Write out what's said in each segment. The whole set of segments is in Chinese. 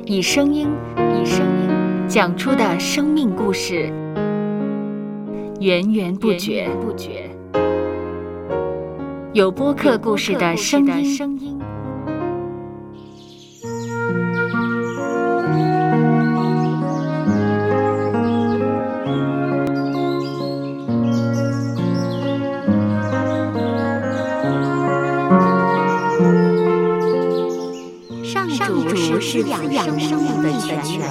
以声音讲出的生命故事，源源不绝。有播客故事的声音。上主是养生命的泉源，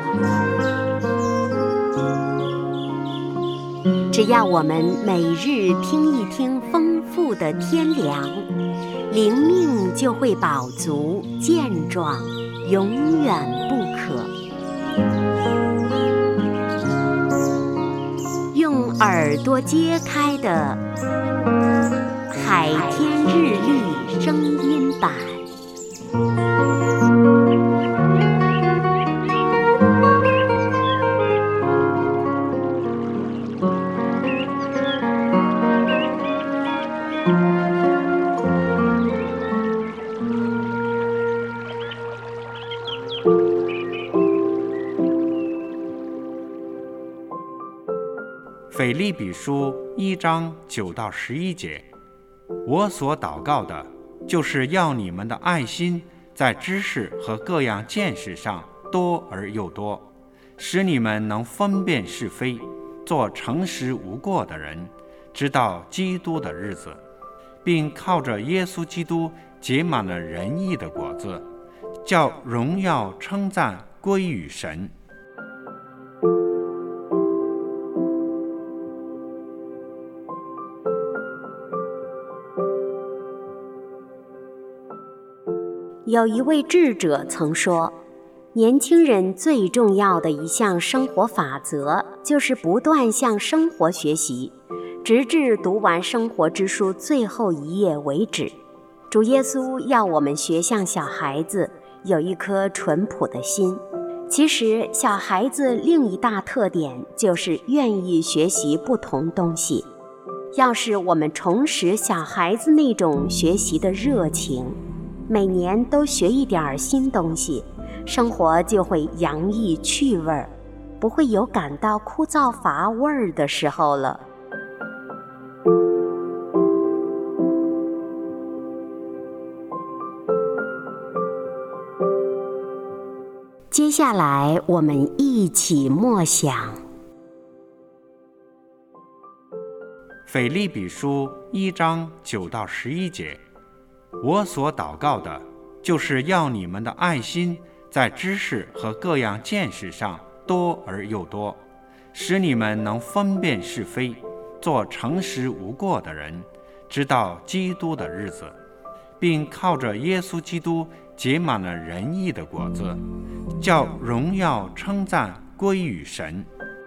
只要我们每日听一听丰富的天粮，灵命就会饱足健壮，永远不渴。用耳朵揭开的海天日历声音版。 腓立比书1章9到11节，我所祷告的，就是要你们的爱心在知识和各样见识上多而又多，使你们能分辨是非，做诚实无过的人，直到基督的日子，并靠着耶稣基督结满了仁义的果子，叫荣耀称赞归于神。 有一位智者曾说，年轻人最重要的一项生活法则就是不断向生活学习，直至读完生活之书最后一页为止。主耶稣要我们学像小孩子，有一颗淳朴的心。其实小孩子另一大特点就是愿意学习不同东西。要是我们重拾小孩子那种学习的热情，每年都学一点新东西，生活就会洋溢趣味，不会有感到枯燥乏味的时候了。接下来我们一起默想腓立比书1章9到11节，我所祷告的，就是要你们的爱心在知识和各样见识上多而又多，使你们能分辨是非，做诚实无过的人，直到基督的日子，并靠着耶稣基督结满了仁义的果子，叫荣耀称赞归于神。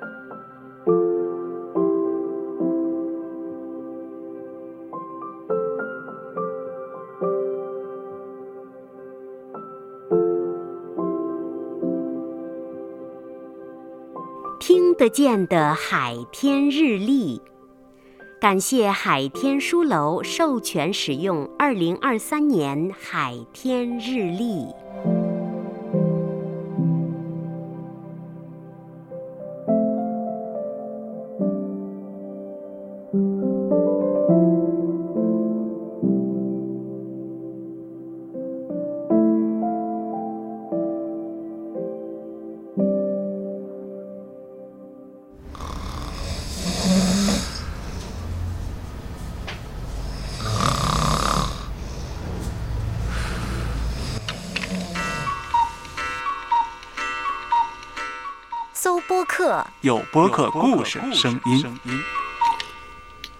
听得见的海天日历，感谢海天书楼授权使用2023年海天日历。搜播客， 有播客故事声音。